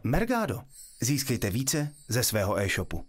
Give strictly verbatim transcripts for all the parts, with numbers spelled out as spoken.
Mergado. Získejte více ze svého e-shopu.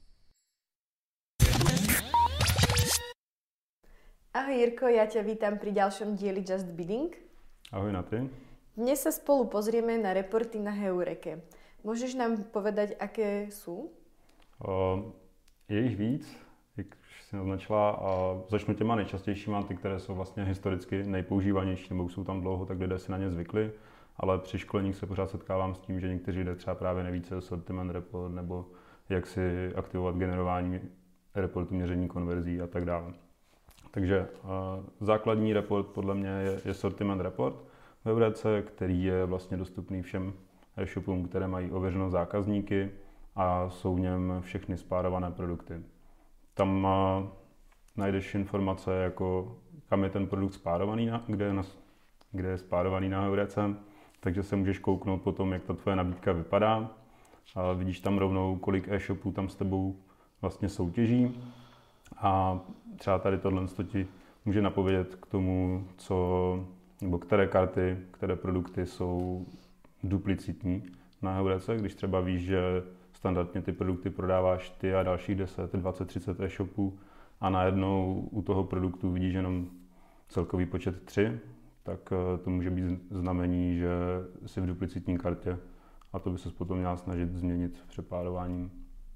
Ahoj Jirko, ja ťa vítam pri ďalšom dieli Just Bidding. Ahoj Naty. Dnes sa spolu pozrieme na reporty na Heureke. Môžeš nám povedať, aké sú? Uh, je jich víc, jak jsi naznačila, a začnu těma nejčastějšíma, ty, které jsou vlastně historicky nejpoužívanější, nebo už jsou tam dlouho, tak lidé si na ně zvykli, ale při školeních se pořád setkávám s tím, že někteří lidé třeba právě neví, co je sortiment report, nebo jak si aktivovat generování reportu, měření konverzí a tak dále. Takže uh, základní report podle mě je, je sortiment report v Heurece, který je vlastně dostupný všem e-shopům, které mají ověřené zákazníky a jsou v něm všechny spárované produkty. Tam uh, najdeš informace, jako kam je ten produkt spárovaný, na, kde, je na, kde je spárovaný na Heurece, takže se můžeš kouknout potom, jak ta tvoje nabídka vypadá. A vidíš tam rovnou, kolik e-shopů tam s tebou vlastně soutěží. A třeba tady tohle ti může napovědět k tomu, co, nebo které karty, které produkty jsou duplicitní na Heurece, když třeba víš, že standardně ty produkty prodáváš ty a dalších deset, dvacet, třicet e-shopů a najednou u toho produktu vidíš jenom celkový počet tři, tak to může být znamení, že jsi v duplicitní kartě a to by se potom měla snažit změnit přepárováním.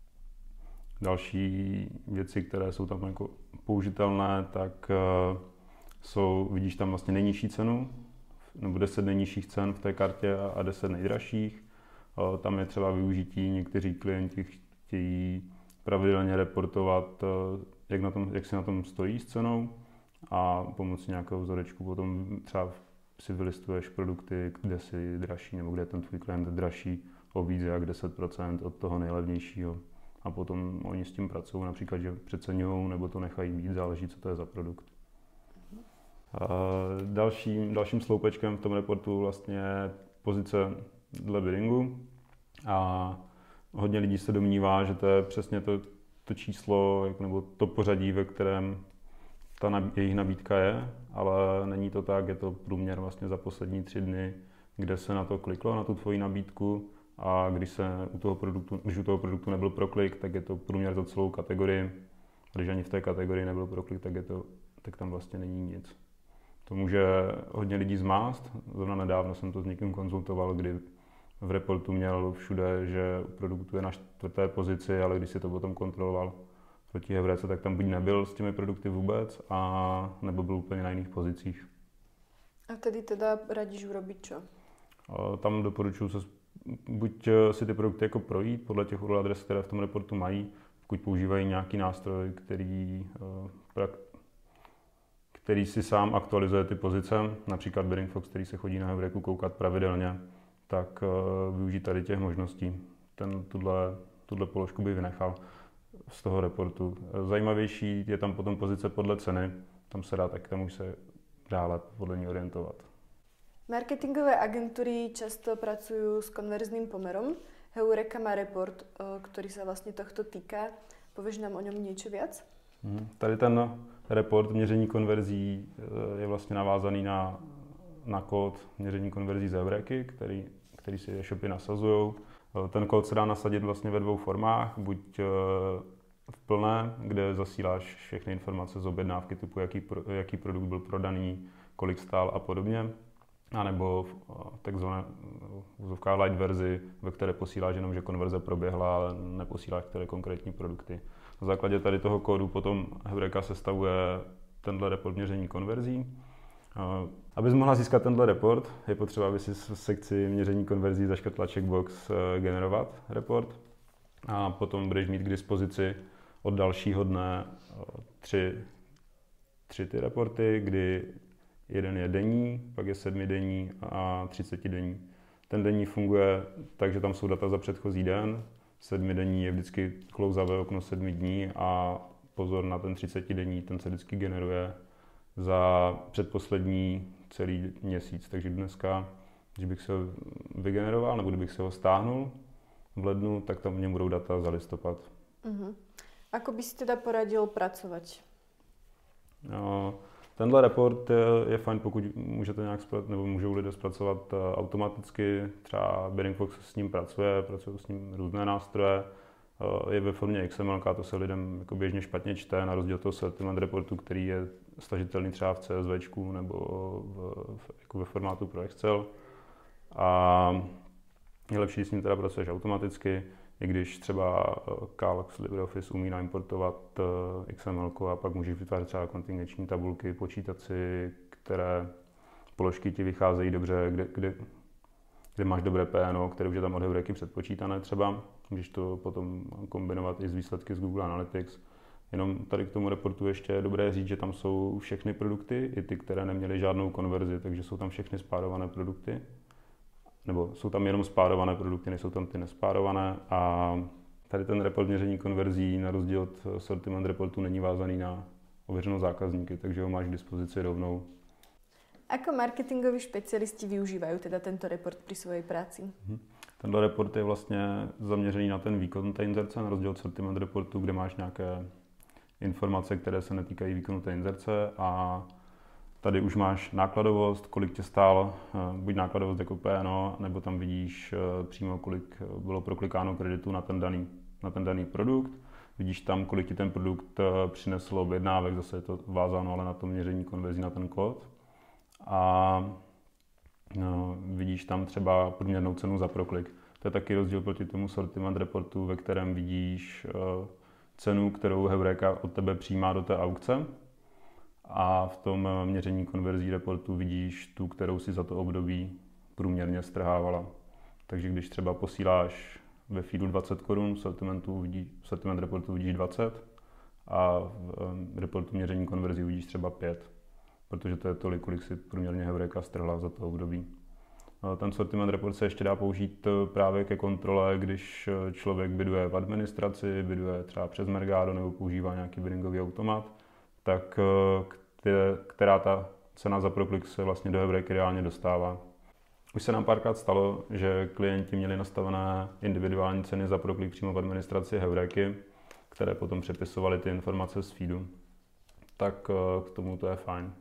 Další věci, které jsou tam jako použitelné, tak jsou, vidíš tam vlastně nejnižší cenu, nebo deset nejnižších cen v té kartě a deset nejdražších. Tam je třeba využití, někteří klienti chtějí pravidelně reportovat, jak, na tom, jak si na tom stojí s cenou a pomocí nějakého vzorečku potom třeba si vylistuješ produkty, kde si dražší, nebo kde je ten tvůj klient dražší o víc jak deset procent od toho nejlevnějšího. A potom oni s tím pracují, například, že přeceňují nebo to nechají být, záleží, co to je za produkt. A dalším, dalším sloupečkem v tom reportu vlastně je pozice dle biddingu. A hodně lidí se domnívá, že to je přesně to, to číslo nebo to pořadí, ve kterém ta nabí, jejich nabídka je, ale není to tak, je to průměr vlastně za poslední tři dny, kde se na to kliklo, na tu tvoji nabídku. A když, se u toho produktu, když u toho produktu nebyl proklik, tak je to průměr za celou kategorii. Když ani v té kategorii nebyl proklik, tak, je to, tak tam vlastně není nic. To může hodně lidí zmást. Zrovna nedávno jsem to s někým konzultoval, kdy v reportu měl všude, že u produktu je na čtvrté pozici, ale když si to potom kontroloval proti Heurece, tak tam buď nebyl s těmi produkty vůbec, a nebo byl úplně na jiných pozicích. A tedy teda radíš urobiť čo? Tam doporučuji se buď si ty produkty jako projít podle těch U R L adres, které v tom reportu mají, pokud používají nějaký nástroj, který, který si sám aktualizuje ty pozice, například Bidding Fox, který se chodí na Heureku koukat pravidelně, tak využít tady těch možností. Ten tuhle, tuhle položku by vynechal z toho reportu. Zajímavější je tam potom pozice podle ceny, tam se dá, tak tam už se dále podle ní orientovat. Marketingové agentúry často pracujú s konverzným pomerom. Heureka má report, ktorý sa vlastne tohto týka. Povieš nám o ňom niečo viac? Tady ten report měření konverzí je vlastně navázaný na, na kód měření konverzí z Heureky, který, který si e-shopy nasazují. Ten kód se dá nasadit vlastně ve dvou formách. Buď v plné, kde zasíláš všechny informace z objednávky typu, jaký, jaký produkt byl prodaný, kolik stál a podobně. A nebo v takzvané vozovká light verzi, ve které posíláš jenom, že konverze proběhla, ale neposíláš které konkrétní produkty. Na základě tady toho kódu potom Heureka sestavuje tenhle report měření konverzí. Abys mohla získat tenhle report, je potřeba, aby si v sekci měření konverzí zaškrtla checkbox generovat report. A potom budeš mít k dispozici od dalšího dne tři, tři ty reporty, kdy jeden je denní, pak je sedmidenní a třicetidenní. Ten denní funguje tak, že tam jsou data za předchozí den, sedmidenní je vždycky klouzavé okno sedmi dní a pozor na ten třicetidenní, ten se vždycky generuje za předposlední celý měsíc. Takže dneska, když bych se ho vygeneroval nebo kdybych se ho stáhnul v lednu, tak tam v něm budou data za listopad. Uh-huh. Ako by si teda poradil pracovať? No, Tenhle report je fajn, pokud můžete nějak nebo můžou lidé zpracovat automaticky. Třeba Bidding Fox s ním pracuje, pracují s ním různé nástroje. Je ve formě X M L, to se lidem jako běžně špatně čte, na rozdíl toho sortiment reportu, který je stažitelný třeba v C S V nebo v, v, jako ve formátu pro Excel. A je lepší, když s ním teda pracuješ automaticky, i když třeba Calc, LibreOffice umí naimportovat X M L a pak můžeš vytvářet třeba kontingenční tabulky, počítat si, které položky ti vycházejí dobře, kde, kde, kde máš dobré P N O, které už je tam od Heureky předpočítané třeba. Můžeš to potom kombinovat i s výsledky z Google Analytics. Jenom tady k tomu reportu ještě je dobré říct, že tam jsou všechny produkty, i ty, které neměly žádnou konverzi, takže jsou tam všechny spárované produkty. Nebo jsou tam jenom spárované produkty, nejsou tam ty nespárované. A tady ten report měření konverzí na rozdíl od sortiment reportu není vázaný na ověřenou zákazníky, takže ho máš k dispozici rovnou. Ako marketingoví špecialisti využívají teda tento report při své práci? Mhm. Tenhle report je vlastně zaměřený na ten výkon té inzerce, na rozdíl od sortiment reportu, kde máš nějaké informace, které se netýkají výkonu té inzerce, a tady už máš nákladovost, kolik tě stál, buď nákladovost jako P N O, nebo tam vidíš přímo, kolik bylo proklikáno kreditu na ten daný, na ten daný produkt. Vidíš tam, kolik ti ten produkt přinesl objednávek, zase je to vázáno ale na to měření konverzí na ten kód. A no, vidíš tam třeba průměrnou cenu za proklik. To je taky rozdíl proti tomu sortiment reportu, ve kterém vidíš uh, cenu, kterou Heureka od tebe přijímá do té aukce. A v tom měření konverzí reportu vidíš tu, kterou si za to období průměrně strhávala. Takže když třeba posíláš ve feedu dvacet korun, v sortimentu vidí, v sortiment reportu vidíš dvacet a v reportu měření konverzí vidíš třeba pět. Protože to je tolik, kolik si průměrně Heureka strhla za to období. Ten sortiment report se ještě dá použít právě ke kontrole, když člověk biduje v administraci, biduje třeba přes Mercado nebo používá nějaký biddingový automat, tak která ta cena za proklik se vlastně do Heureky reálně dostává. Už se nám párkrát stalo, že klienti měli nastavené individuální ceny za proklik přímo v administraci Heureky, které potom přepisovaly ty informace z feedu. Tak k tomu to je fajn.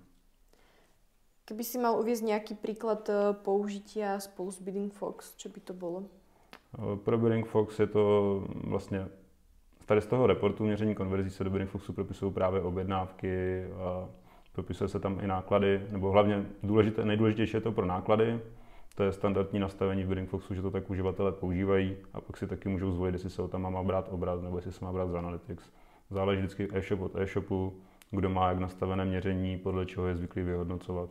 Keby si mal uviesť nejaký príklad použitia spolu s Bidding Fox, čo by to bolo? Pro Bidding Fox je to vlastně, tady z toho reportu měření konverzí se do Bidding Foxu propisují právě objednávky, a propisuje se tam i náklady, nebo hlavně důležité, nejdůležitější je to pro náklady. To je standardní nastavení v Bidding Foxu, že to tak uživatelé používají, a pak si taky můžou zvolit, jestli se ho tam má brát obraz nebo jestli se má brát z Analytics. Záleží vždycky e-shop od e-shopu, kdo má jak nastavené měření, podle čeho je zvyklý vyhodnocovat.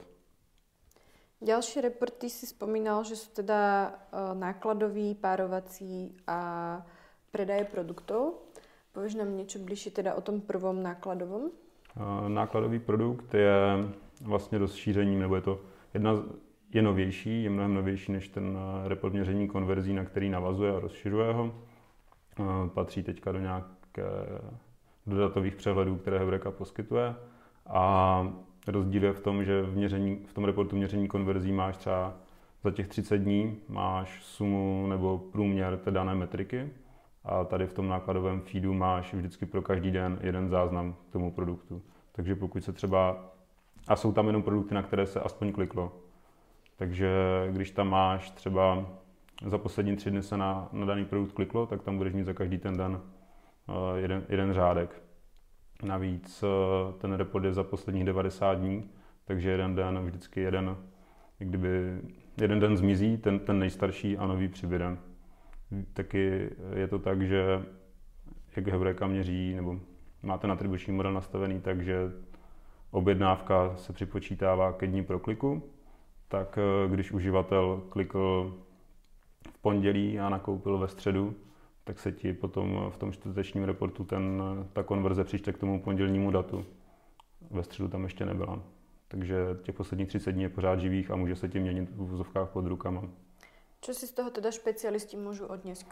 Ďalšie reporty si spomínal, že sú teda nákladový, párovací a predaje produktov. Povieš nám niečo bližšie teda o tom prvom nákladovom? Nákladový produkt je vlastně rozšířením, nebo je to jedna, je novější, je mnohem novější než ten report měření konverzí, na který navazuje a rozšiřuje ho. Patří teďka do nějaké dodatových přehledů, které Heureka poskytuje. A rozdíl je v tom, že v, měření, v tom reportu měření konverzí máš třeba za těch třicet dní máš sumu nebo průměr té dané metriky, a tady v tom nákladovém feedu máš vždycky pro každý den jeden záznam k tomu produktu. Takže pokud se třeba, a jsou tam jenom produkty, na které se aspoň kliklo, takže když tam máš třeba za poslední tři dny se na, na daný produkt kliklo, tak tam budeš mít za každý ten den uh, jeden, jeden řádek. Navíc ten report je za posledních devadesát dní, takže jeden den, vždycky jeden, kdyby jeden den zmizí, ten, ten nejstarší a nový přibude. Taky je to tak, že jak Heureka měří, nebo má ten atribuční model nastavený, takže objednávka se připočítává ke dní pro kliku, tak když uživatel klikl v pondělí a nakoupil ve středu, tak se ti potom v tom čtvrtečním reportu ten, ta konverze přičte k tomu pondělnímu datu. Ve středu tam ještě nebyla. Takže těch posledních třicet dní je pořád živých a může se ti měnit v uvozovkách pod rukama. Čo si z toho teda špecialisti můžu odniesť?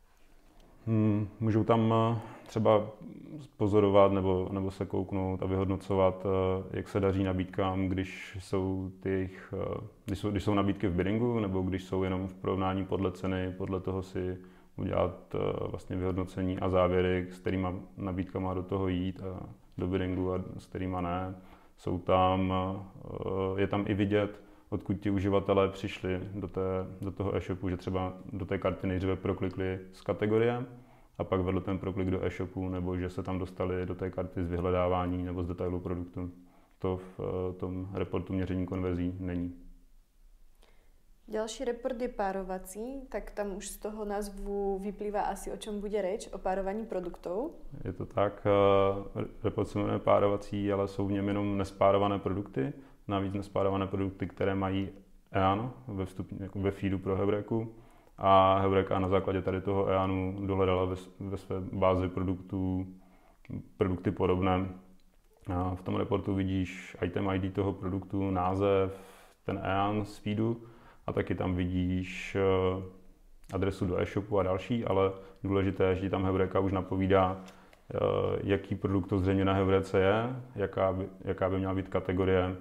Hmm, můžou tam třeba pozorovat nebo, nebo se kouknout a vyhodnocovat, jak se daří nabídkám, když jsou, ty, když jsou, když jsou nabídky v biddingu, nebo když jsou jenom v porovnání podle ceny, podle toho si udělat vlastně vyhodnocení a závěry, s kterýma nabídka má do toho jít a do biddingu a s kterýma ne. Jsou tam, je tam i vidět, odkud ti uživatelé přišli do, té, do toho e-shopu, že třeba do té karty nejdříve proklikli z kategorie a pak vedl ten proklik do e-shopu, nebo že se tam dostali do té karty z vyhledávání nebo z detailu produktu. To v tom reportu měření konverzí není. Ďalší report je párovací, tak tam už z toho názvu vyplývá asi, o čom bude reč, o párovaní produktů. Je to tak, report se jmenuje párovací, ale jsou v něm jenom nespárované produkty, navíc nespárované produkty, které mají E A N ve, vstup, jako ve feedu pro Heureku. A Heureka na základě tady toho E A N u dohledala ve, ve své bázi produktů produkty podobné. A v tom reportu vidíš item I D toho produktu, název, ten E A N z feedu a taky tam vidíš adresu do e-shopu a další, ale důležité je, že tam Heureka už napovídá, jaký produkt to zřejmě na Heurece je, jaká by, jaká by měla být kategorie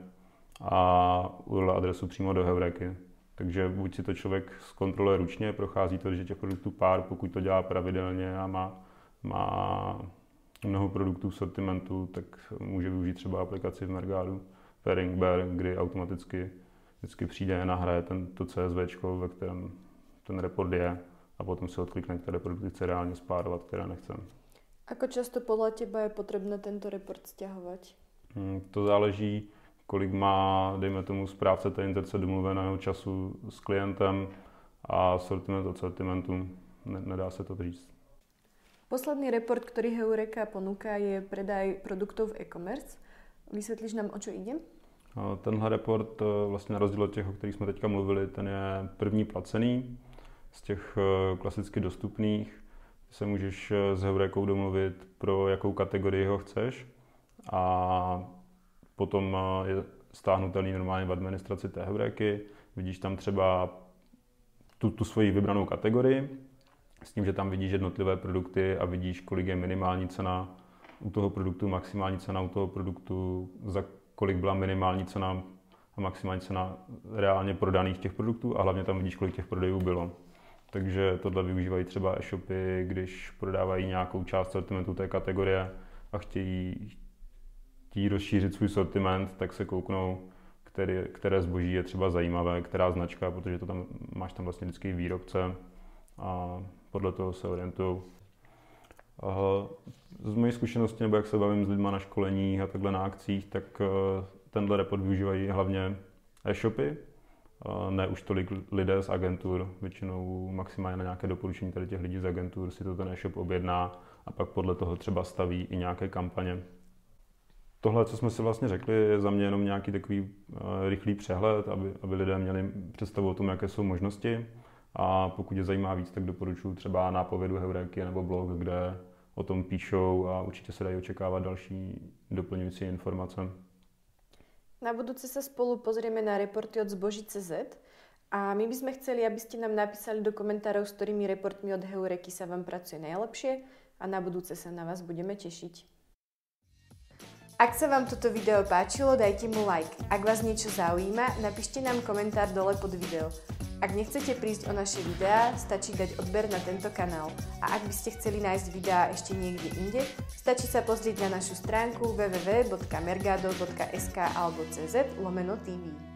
a U R L adresu přímo do Heureky. Takže buď si to člověk zkontroluje ručně, prochází to, že těch produktů pár, pokud to dělá pravidelně a má, má mnoho produktů v sortimentu, tak může využít třeba aplikaci v Mercadu Pairing Bear, kdy automaticky vždycky přijde, nahraje to CSVčko, ve kterém ten report je a potom si odklikne, které produkty chce reálně spárovat, které nechce. Ako často podle teba je potřebné tento report stěhovat? Hmm, to záleží, kolik má, dejme tomu, správce té intence domluveného času s klientem a sortiment od sortimentu. Ne, nedá se to říct. Posledný report, ktorý Heureka ponúka, je predaj produktov v e-commerce. Vysvětlíš nám, o čo ide? Tenhle report, vlastně na rozdíl od těch, o kterých jsme teďka mluvili, ten je první placený. Z těch klasicky dostupných se můžeš s Heurekou domluvit, pro jakou kategorii ho chceš a potom je stáhnutelný normálně v administraci té Heureky. Vidíš tam třeba tu, tu svoji vybranou kategorii, s tím, že tam vidíš jednotlivé produkty a vidíš, kolik je minimální cena u toho produktu, maximální cena u toho produktu, za kolik byla minimální cena a maximální cena reálně prodaných těch produktů a hlavně tam vidíš, kolik těch prodejů bylo. Takže tohle využívají třeba e-shopy, když prodávají nějakou část sortimentu té kategorie a chtějí, chtějí rozšířit svůj sortiment, tak se kouknou, který, které zboží je třeba zajímavé, která značka, protože to tam, máš tam vlastně vždycky výrobce a podle toho se orientují. Z mojej zkušenosti, nebo jak se bavím s lidma na školeních a takhle na akcích, tak tenhle report využívají hlavně e-shopy, ne už tolik lidé z agentur, většinou maximálně na nějaké doporučení tady těch lidí z agentur si to ten e-shop objedná a pak podle toho třeba staví i nějaké kampaně. Tohle, co jsme si vlastně řekli, je za mě jenom nějaký takový rychlý přehled, aby, aby lidé měli představu o tom, jaké jsou možnosti. A pokud je zajímá víc, tak doporučuji třeba nápovědu Heureky nebo blog, kde o tom píšou a určitě se dají očekávat další doplňující informace. Na budúce sa spolu pozrieme na reporty od Zboží bodka cé zet a my by sme chceli, aby ste nám napísali do komentárov, s ktorými reportmi od Heureky sa vám pracuje najlepšie a na budúce sa na vás budeme tešiť. Ak sa vám toto video páčilo, dajte mu like. Ak vás niečo zaujíma, napíšte nám komentár dole pod video. Ak nechcete prísť o naše videá, stačí dať odber na tento kanál. A ak by ste chceli nájsť videá ešte niekde inde, stačí sa pozrieť na našu stránku w w w bodka mergado bodka es ka alebo cz lomeno tv.